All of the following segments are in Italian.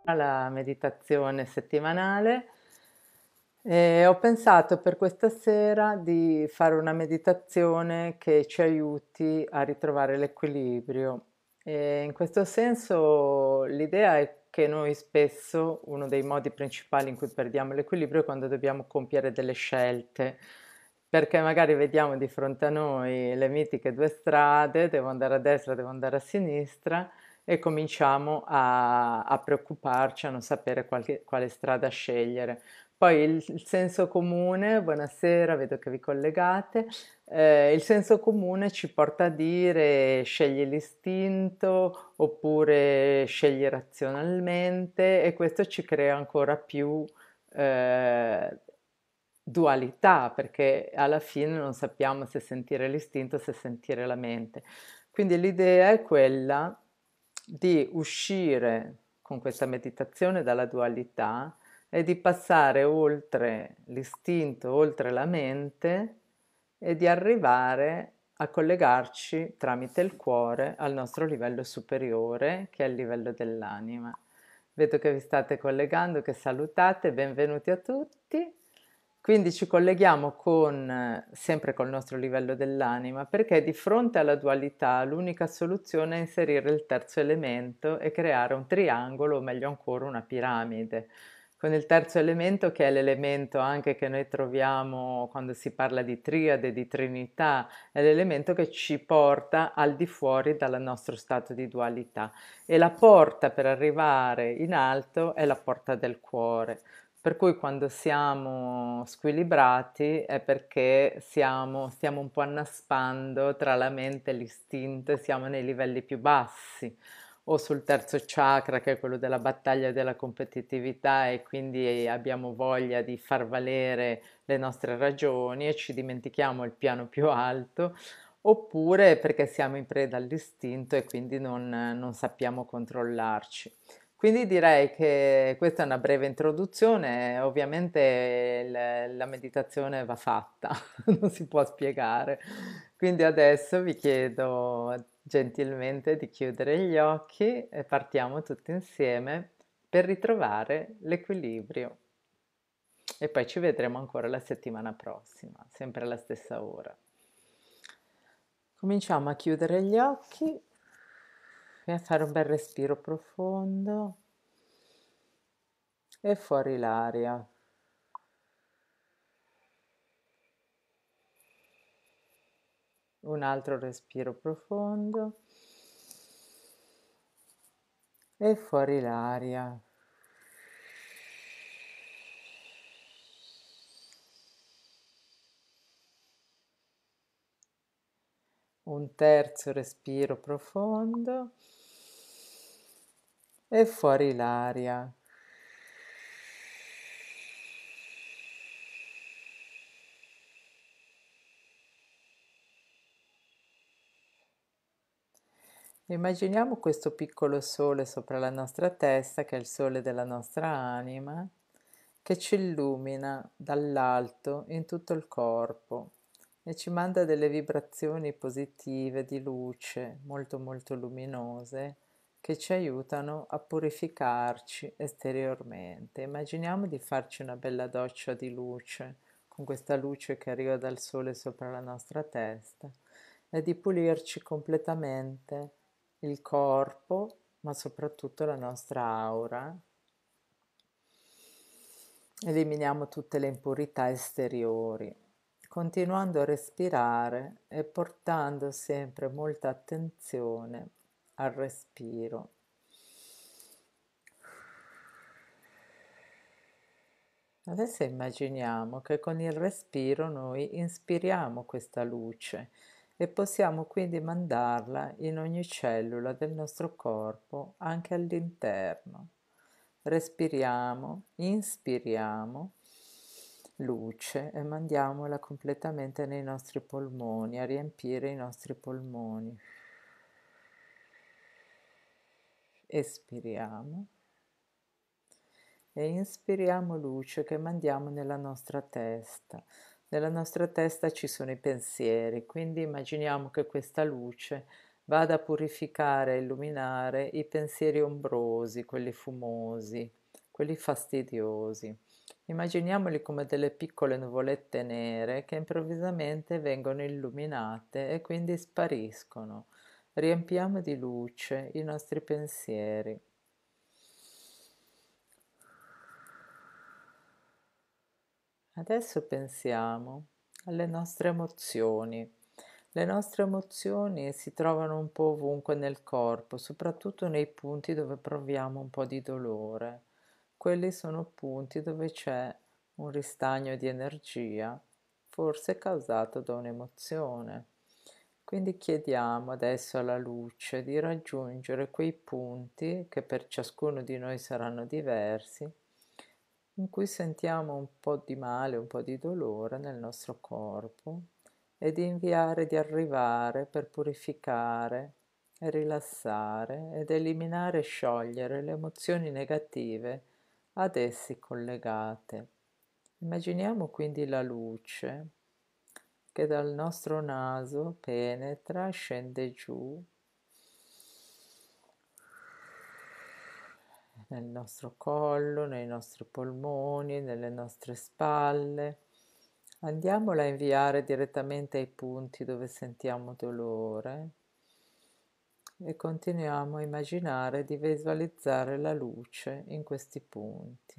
alla meditazione settimanale e ho pensato per questa sera di fare una meditazione che ci aiuti a ritrovare l'equilibrio. E in questo senso l'idea è che noi spesso uno dei modi principali in cui perdiamo l'equilibrio è quando dobbiamo compiere delle scelte, perché magari vediamo di fronte a noi le mitiche due strade, devo andare a destra, devo andare a sinistra e cominciamo a preoccuparci, a non sapere quale strada scegliere. Poi il senso comune, buonasera, vedo che vi collegate, il senso comune ci porta a dire scegli l'istinto oppure scegli razionalmente e questo ci crea ancora più eh, dualità perché alla fine non sappiamo se sentire l'istinto o se sentire la mente. Quindi l'idea è quella di uscire con questa meditazione dalla dualità e di passare oltre l'istinto, oltre la mente e di arrivare a collegarci tramite il cuore al nostro livello superiore, che è il livello dell'anima. Vedo che vi state collegando, che salutate, benvenuti a tutti. Quindi ci colleghiamo sempre col nostro livello dell'anima, perché di fronte alla dualità l'unica soluzione è inserire il terzo elemento e creare un triangolo, o meglio ancora una piramide. Con il terzo elemento, che è l'elemento anche che noi troviamo quando si parla di triade, di trinità, è l'elemento che ci porta al di fuori dal nostro stato di dualità. E la porta per arrivare in alto è la porta del cuore. Per cui quando siamo squilibrati è perché stiamo un po' annaspando tra la mente e l'istinto e siamo nei livelli più bassi o sul terzo chakra che è quello della battaglia e della competitività e quindi abbiamo voglia di far valere le nostre ragioni e ci dimentichiamo il piano più alto, oppure perché siamo in preda all'istinto e quindi non sappiamo controllarci. Quindi direi che questa è una breve introduzione, ovviamente la meditazione va fatta, non si può spiegare. Quindi adesso vi chiedo gentilmente di chiudere gli occhi e partiamo tutti insieme per ritrovare l'equilibrio. E poi ci vedremo ancora la settimana prossima, sempre alla stessa ora. Cominciamo a chiudere gli occhi e a fare un bel respiro profondo e fuori l'aria. Un altro respiro profondo e fuori l'aria. Un terzo respiro profondo e fuori l'aria. Immaginiamo questo piccolo sole sopra la nostra testa, che è il sole della nostra anima, che ci illumina dall'alto in tutto il corpo e ci manda delle vibrazioni positive di luce molto molto luminose che ci aiutano a purificarci esteriormente. Immaginiamo di farci una bella doccia di luce con questa luce che arriva dal sole sopra la nostra testa e di pulirci completamente il corpo, ma soprattutto la nostra aura. Eliminiamo tutte le impurità esteriori, continuando a respirare e portando sempre molta attenzione al respiro. Adesso immaginiamo che con il respiro noi inspiriamo questa luce e possiamo quindi mandarla in ogni cellula del nostro corpo, anche all'interno. Respiriamo, inspiriamo luce e mandiamola completamente nei nostri polmoni, a riempire i nostri polmoni. Espiriamo e inspiriamo luce che mandiamo nella nostra testa. Nella nostra testa ci sono i pensieri, quindi immaginiamo che questa luce vada a purificare e illuminare i pensieri ombrosi, quelli fumosi, quelli fastidiosi. Immaginiamoli come delle piccole nuvolette nere che improvvisamente vengono illuminate e quindi spariscono. Riempiamo di luce i nostri pensieri. Adesso pensiamo alle nostre emozioni. Le nostre emozioni si trovano un po' ovunque nel corpo, soprattutto nei punti dove proviamo un po' di dolore. Quelli sono punti dove c'è un ristagno di energia, forse causato da un'emozione. Quindi chiediamo adesso alla luce di raggiungere quei punti, che per ciascuno di noi saranno diversi, in cui sentiamo un po' di male, un po' di dolore nel nostro corpo e di arrivare per purificare e rilassare ed eliminare e sciogliere le emozioni negative ad essi collegate. Immaginiamo quindi la luce che dal nostro naso penetra, scende giù nel nostro collo, nei nostri polmoni, nelle nostre spalle. Andiamola a inviare direttamente ai punti dove sentiamo dolore e continuiamo a immaginare di visualizzare la luce in questi punti.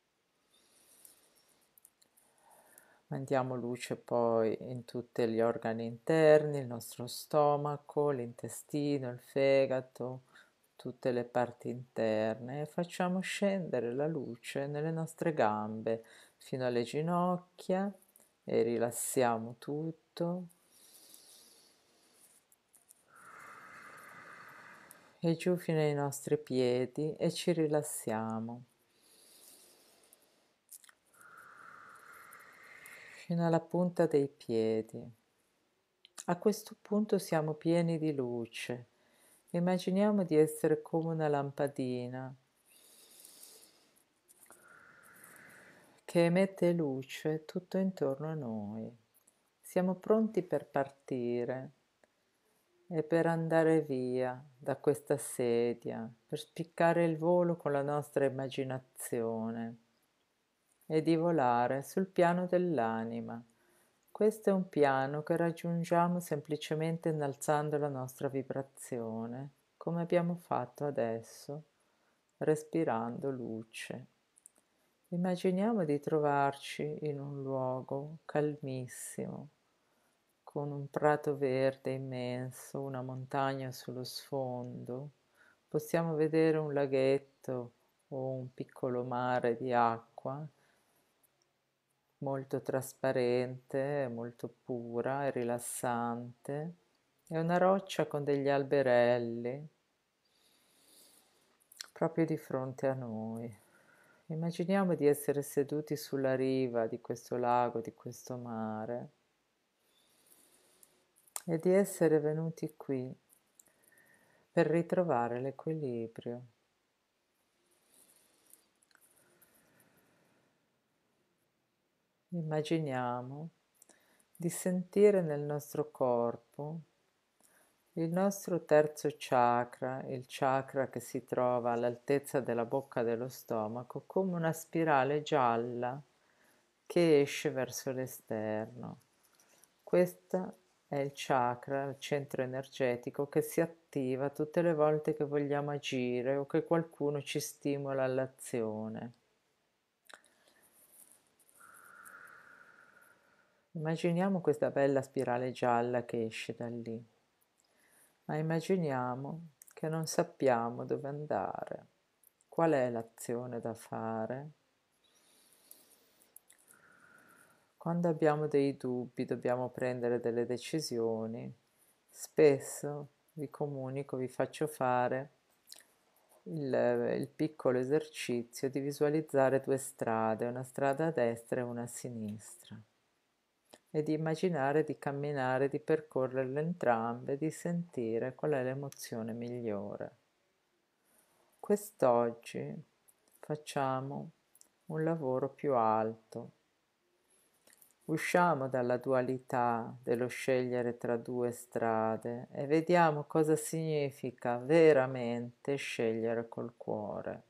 Mandiamo luce poi in tutti gli organi interni, il nostro stomaco, l'intestino, il fegato, tutte le parti interne e facciamo scendere la luce nelle nostre gambe fino alle ginocchia e rilassiamo tutto e giù fino ai nostri piedi e ci rilassiamo fino alla punta dei piedi. A questo punto siamo pieni di luce. Immaginiamo di essere come una lampadina che emette luce tutto intorno a noi. Siamo pronti per partire e per andare via da questa sedia, per spiccare il volo con la nostra immaginazione e di volare sul piano dell'anima. Questo è un piano che raggiungiamo semplicemente innalzando la nostra vibrazione, come abbiamo fatto adesso, respirando luce. Immaginiamo di trovarci in un luogo calmissimo, con un prato verde immenso, una montagna sullo sfondo. Possiamo vedere un laghetto o un piccolo mare di acqua molto trasparente, molto pura e rilassante. È una roccia con degli alberelli proprio di fronte a noi. Immaginiamo di essere seduti sulla riva di questo lago, di questo mare e di essere venuti qui per ritrovare l'equilibrio. Immaginiamo di sentire nel nostro corpo il nostro terzo chakra, il chakra che si trova all'altezza della bocca dello stomaco, come una spirale gialla che esce verso l'esterno. Questo è il chakra, il centro energetico che si attiva tutte le volte che vogliamo agire o che qualcuno ci stimola all'azione. Immaginiamo questa bella spirale gialla che esce da lì, ma immaginiamo che non sappiamo dove andare, qual è l'azione da fare. Quando abbiamo dei dubbi, dobbiamo prendere delle decisioni, spesso vi comunico, vi faccio fare il piccolo esercizio di visualizzare due strade, una strada a destra e una a sinistra, e di immaginare di camminare, di percorrerle entrambe, di sentire qual è l'emozione migliore. Quest'oggi facciamo un lavoro più alto, Usciamo dalla dualità dello scegliere tra due strade e vediamo cosa significa veramente scegliere col cuore.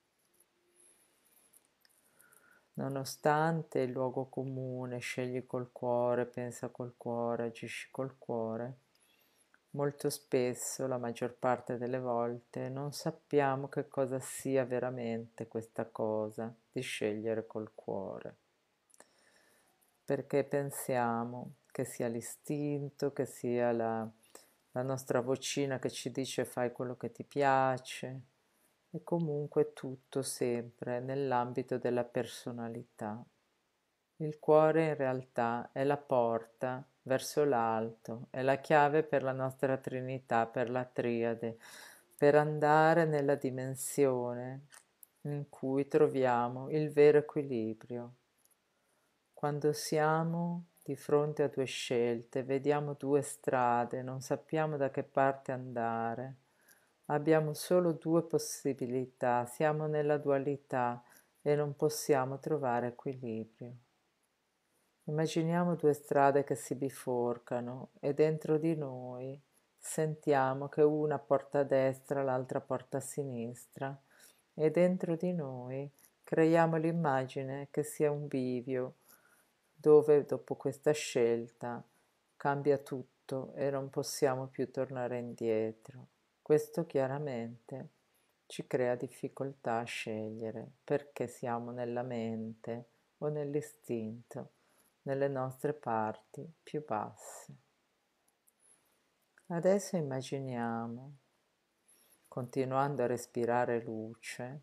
Nonostante il luogo comune, scegli col cuore, pensa col cuore, agisci col cuore, molto spesso, la maggior parte delle volte, non sappiamo che cosa sia veramente questa cosa di scegliere col cuore, perché pensiamo che sia l'istinto, che sia la nostra vocina che ci dice fai quello che ti piace, e comunque tutto sempre nell'ambito della personalità. Il cuore in realtà è la porta verso l'alto, è la chiave per la nostra Trinità, per la Triade, per andare nella dimensione in cui troviamo il vero equilibrio. Quando siamo di fronte a due scelte, vediamo due strade, non sappiamo da che parte andare, abbiamo solo due possibilità, siamo nella dualità e non possiamo trovare equilibrio. Immaginiamo due strade che si biforcano e dentro di noi sentiamo che una porta a destra, l'altra porta a sinistra e dentro di noi creiamo l'immagine che sia un bivio dove dopo questa scelta cambia tutto e non possiamo più tornare indietro. Questo chiaramente ci crea difficoltà a scegliere perché siamo nella mente o nell'istinto, nelle nostre parti più basse. Adesso immaginiamo, continuando a respirare luce,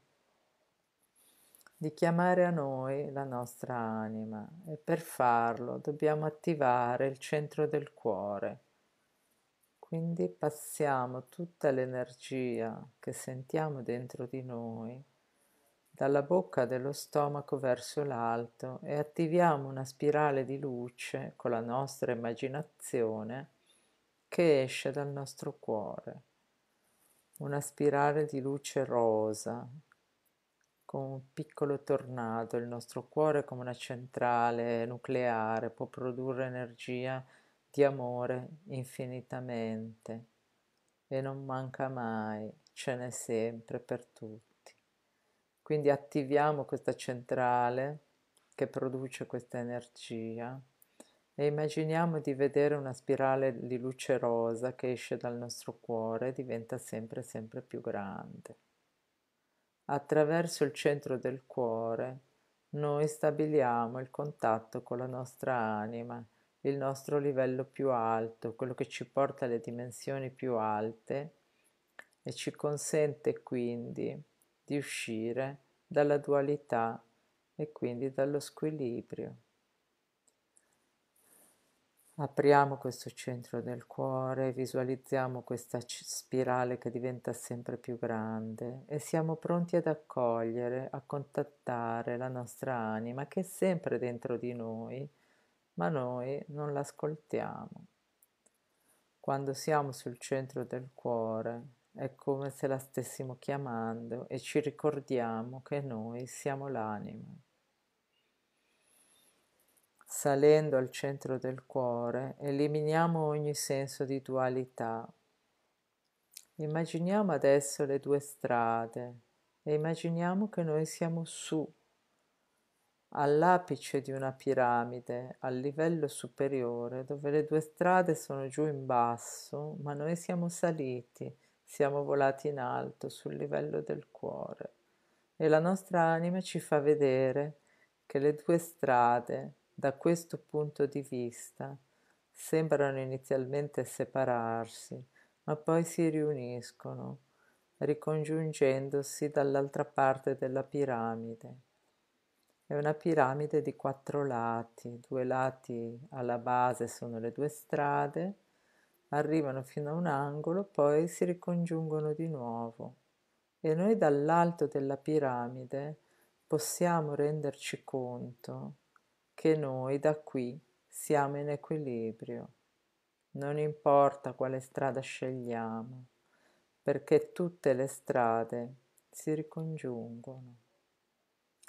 di chiamare a noi la nostra anima e per farlo dobbiamo attivare il centro del cuore. Quindi passiamo tutta l'energia che sentiamo dentro di noi dalla bocca dello stomaco verso l'alto e attiviamo una spirale di luce con la nostra immaginazione che esce dal nostro cuore. Una spirale di luce rosa con un piccolo tornado. Il nostro cuore, come una centrale nucleare, può produrre energia di amore infinitamente e non manca mai, ce n'è sempre per tutti. Quindi attiviamo questa centrale che produce questa energia e immaginiamo di vedere una spirale di luce rosa che esce dal nostro cuore e diventa sempre sempre più grande. Attraverso il centro del cuore noi stabiliamo il contatto con la nostra anima, il nostro livello più alto, quello che ci porta alle dimensioni più alte e ci consente quindi di uscire dalla dualità e quindi dallo squilibrio. Apriamo questo centro del cuore, visualizziamo questa spirale che diventa sempre più grande e siamo pronti ad accogliere, a contattare la nostra anima che è sempre dentro di noi, ma noi non l'ascoltiamo. Quando siamo sul centro del cuore è come se la stessimo chiamando e ci ricordiamo che noi siamo l'anima. Salendo al centro del cuore, eliminiamo ogni senso di dualità. Immaginiamo adesso le due strade e immaginiamo che noi siamo su, all'apice di una piramide, al livello superiore, dove le due strade sono giù in basso, ma noi siamo saliti, siamo volati in alto sul livello del cuore. E la nostra anima ci fa vedere che le due strade, da questo punto di vista, sembrano inizialmente separarsi, ma poi si riuniscono, ricongiungendosi dall'altra parte della piramide. È una piramide di 4 lati, 2 lati alla base sono le due strade, arrivano fino a un angolo, poi si ricongiungono di nuovo e noi dall'alto della piramide possiamo renderci conto che noi da qui siamo in equilibrio. Non importa quale strada scegliamo, perché tutte le strade si ricongiungono.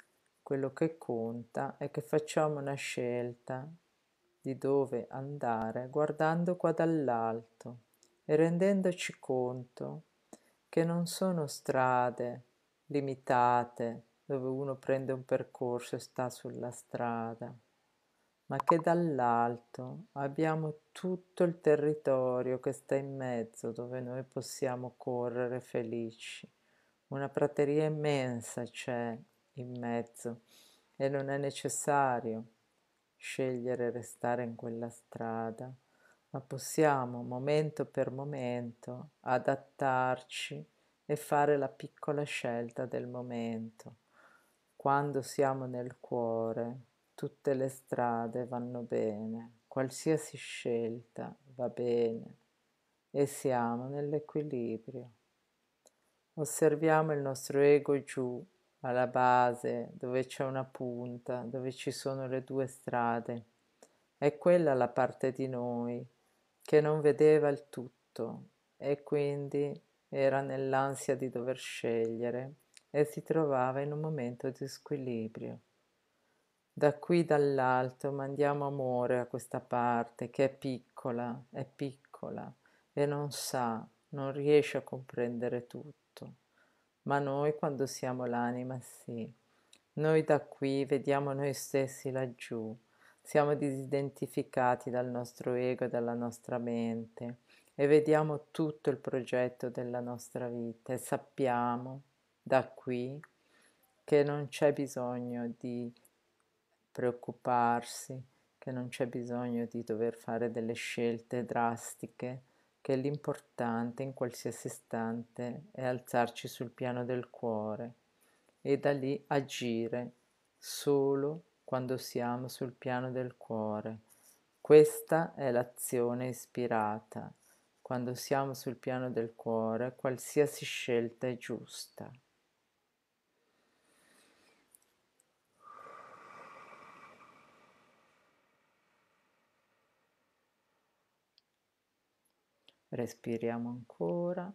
quello che conta è che facciamo una scelta di dove andare guardando qua dall'alto e rendendoci conto che non sono strade limitate dove uno prende un percorso e sta sulla strada, ma che dall'alto abbiamo tutto il territorio che sta in mezzo dove noi possiamo correre felici. Una prateria immensa c'è in mezzo e non è necessario scegliere restare in quella strada, ma possiamo momento per momento adattarci e fare la piccola scelta del momento. Quando siamo nel cuore, tutte le strade vanno bene, qualsiasi scelta va bene e siamo nell'equilibrio. Osserviamo il nostro ego giù, alla base, dove c'è una punta, dove ci sono le due strade. È quella la parte di noi che non vedeva il tutto e quindi era nell'ansia di dover scegliere e si trovava in un momento di squilibrio. Da qui dall'alto mandiamo amore a questa parte che è piccola e non sa, non riesce a comprendere tutto. Ma noi quando siamo l'anima sì. Noi da qui vediamo noi stessi laggiù, siamo disidentificati dal nostro ego e dalla nostra mente e vediamo tutto il progetto della nostra vita e sappiamo da qui che non c'è bisogno di preoccuparsi, che non c'è bisogno di dover fare delle scelte drastiche, che l'importante in qualsiasi istante è alzarci sul piano del cuore e da lì agire solo quando siamo sul piano del cuore. Questa è l'azione ispirata. Quando siamo sul piano del cuore, qualsiasi scelta è giusta. Respiriamo ancora.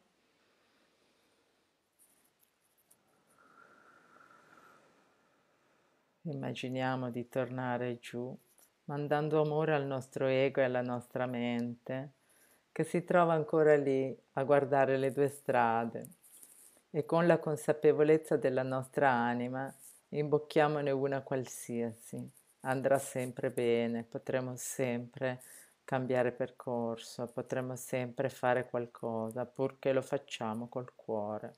Immaginiamo di tornare giù, mandando amore al nostro ego e alla nostra mente, che si trova ancora lì a guardare le due strade e con la consapevolezza della nostra anima imbocchiamone una qualsiasi. Andrà sempre bene, potremo sempre cambiare percorso, potremo sempre fare qualcosa, purché lo facciamo col cuore.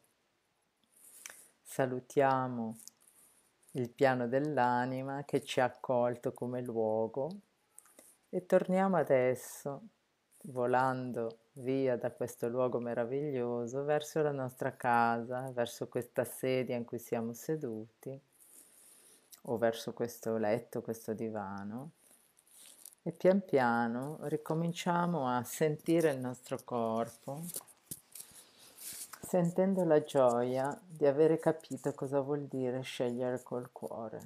Salutiamo il piano dell'anima che ci ha accolto come luogo e torniamo adesso, volando via da questo luogo meraviglioso, verso la nostra casa, verso questa sedia in cui siamo seduti o verso questo letto, questo divano e pian piano ricominciamo a sentire il nostro corpo, sentendo la gioia di avere capito cosa vuol dire scegliere col cuore.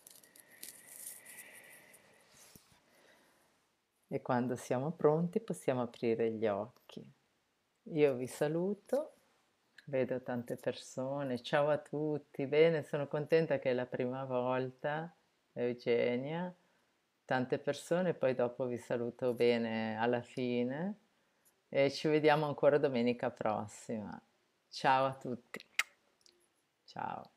E quando siamo pronti possiamo aprire gli occhi. Io vi saluto, vedo tante persone, ciao a tutti, bene, sono contenta che è la prima volta, Eugenia, tante persone, poi dopo vi saluto bene alla fine e ci vediamo ancora domenica prossima. Ciao a tutti, ciao.